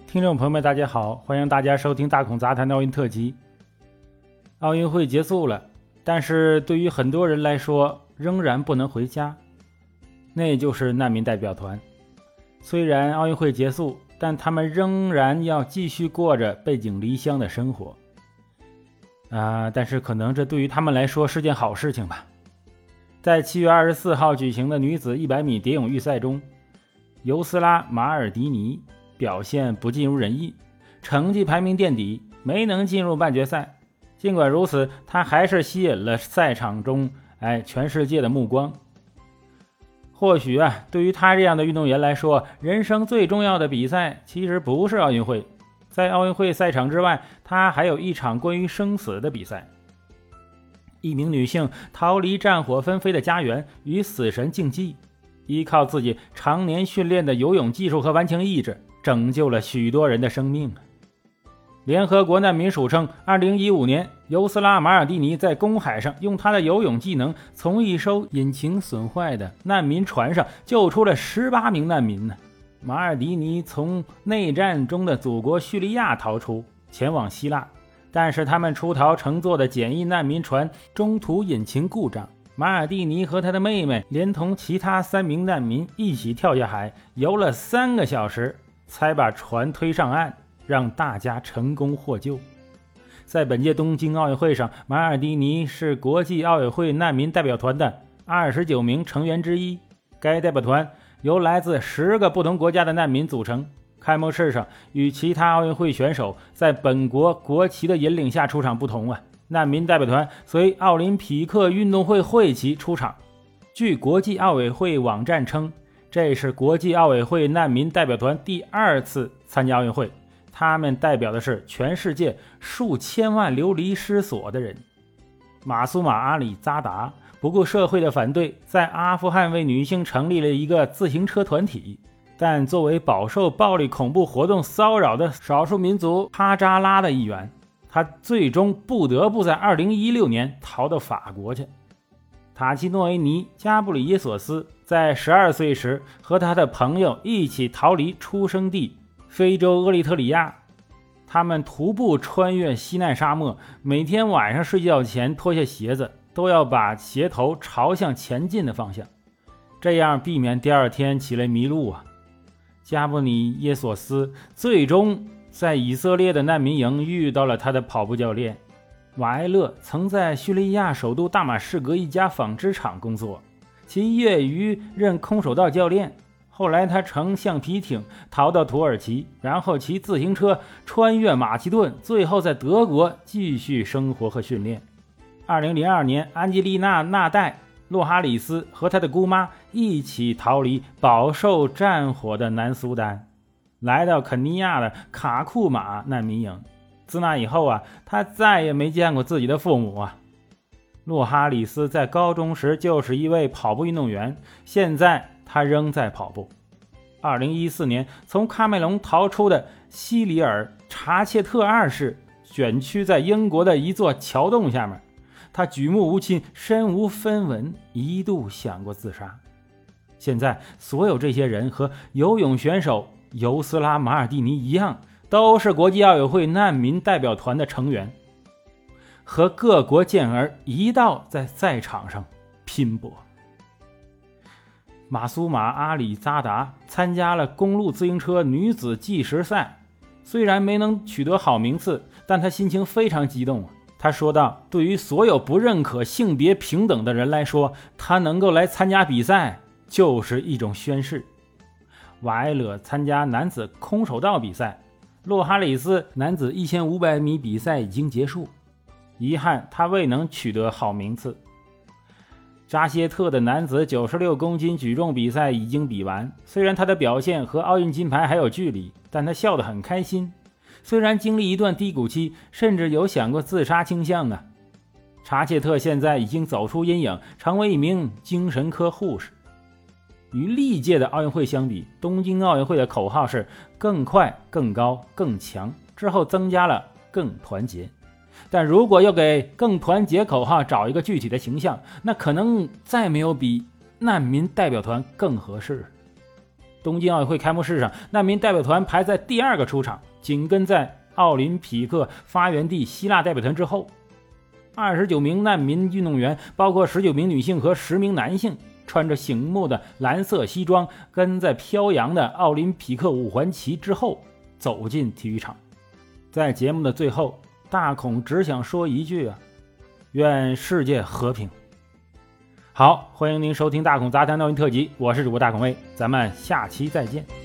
听众朋友们大家好，欢迎大家收听大孔杂谈奥运特辑。奥运会结束了，但是对于很多人来说仍然不能回家，那就是难民代表团。虽然奥运会结束，但他们仍然要继续过着背井离乡的生活但是可能这对于他们来说是件好事情吧。在7月24号举行的女子100米蝶泳预赛中，尤斯拉·马尔迪尼表现不尽如人意，成绩排名垫底，没能进入半决赛。尽管如此，她还是吸引了赛场中全世界的目光。或许对于她这样的运动员来说，人生最重要的比赛其实不是奥运会。在奥运会赛场之外，她还有一场关于生死的比赛。一名女性逃离战火纷飞的家园，与死神竞技，依靠自己常年训练的游泳技术和顽强意志，拯救了许多人的生命。联合国难民署称，2015年尤斯拉·马尔蒂尼在公海上用他的游泳技能，从一艘引擎损坏的难民船上救出了18名难民呢。马尔蒂尼从内战中的祖国叙利亚逃出，前往希腊，但是他们出逃乘坐的简易难民船中途引擎故障，马尔蒂尼和他的妹妹连同其他3名难民一起跳下海，游了3个小时才把船推上岸，让大家成功获救。在本届东京奥运会上，马尔蒂尼是国际奥委会难民代表团的29名成员之一。该代表团由来自10个不同国家的难民组成。开幕式上，与其他奥运会选手在本国国旗的引领下出场不同难民代表团随奥林匹克运动会会旗出场。据国际奥委会网站称，这是国际奥委会难民代表团第2次参加奥运会，他们代表的是全世界数千万流离失所的人。马苏马·阿里扎达不顾社会的反对，在阿富汗为女性成立了一个自行车团体，但作为饱受暴力恐怖活动骚扰的少数民族哈扎拉的一员，他最终不得不在2016年逃到法国去。塔奇诺维尼·加布里耶索斯在12岁时和他的朋友一起逃离出生地非洲厄立特里亚，他们徒步穿越西奈沙漠，每天晚上睡觉前脱下鞋子，都要把鞋头朝向前进的方向，这样避免第2天起来迷路加布里耶索斯最终在以色列的难民营遇到了他的跑步教练瓦埃勒。曾在叙利亚首都大马士革一家纺织厂工作，其业余任空手道教练。后来他乘橡皮艇逃到土耳其，然后骑自行车穿越马其顿，最后在德国继续生活和训练。2002年，安吉丽娜·纳代·洛哈里斯和他的姑妈一起逃离饱受战火的南苏丹，来到肯尼亚的卡库马难民营。自那以后他再也没见过自己的父母洛哈里斯在高中时就是一位跑步运动员，现在他仍在跑步。2014年从喀麦隆逃出的西里尔·查切特2世卷曲在英国的一座桥洞下面，他举目无亲，身无分文，一度想过自杀。现在所有这些人和游泳选手尤斯拉·马尔蒂尼一样，都是国际奥委会难民代表团的成员，和各国健儿一道在赛场上拼搏。马苏马·阿里扎达参加了公路自行车女子计时赛，虽然没能取得好名次，但他心情非常激动他说道，对于所有不认可性别平等的人来说，他能够来参加比赛就是一种宣誓。瓦埃勒参加男子空手道比赛，洛哈里斯男子1500米比赛已经结束，遗憾他未能取得好名次。扎歇特的男子96公斤举重比赛已经比完，虽然他的表现和奥运金牌还有距离，但他笑得很开心。虽然经历一段低谷期，甚至有想过自杀倾向查切特现在已经走出阴影，成为一名精神科护士。与历届的奥运会相比，东京奥运会的口号是更快、更高、更强，之后增加了更团结。但如果要给更团结口号找一个具体的形象，那可能再没有比难民代表团更合适。 东京奥运会开幕式上，难民代表团排在第2个出场，紧跟在奥林匹克发源地希腊代表团之后。29名难民运动员，包括19名女性和10名男性，穿着醒目的蓝色西装，跟在飘扬的奥林匹克5环旗之后走进体育场。在节目的最后，大孔只想说一句愿世界和平。好，欢迎您收听大孔杂谈奥运特辑，我是主播大孔卫，咱们下期再见。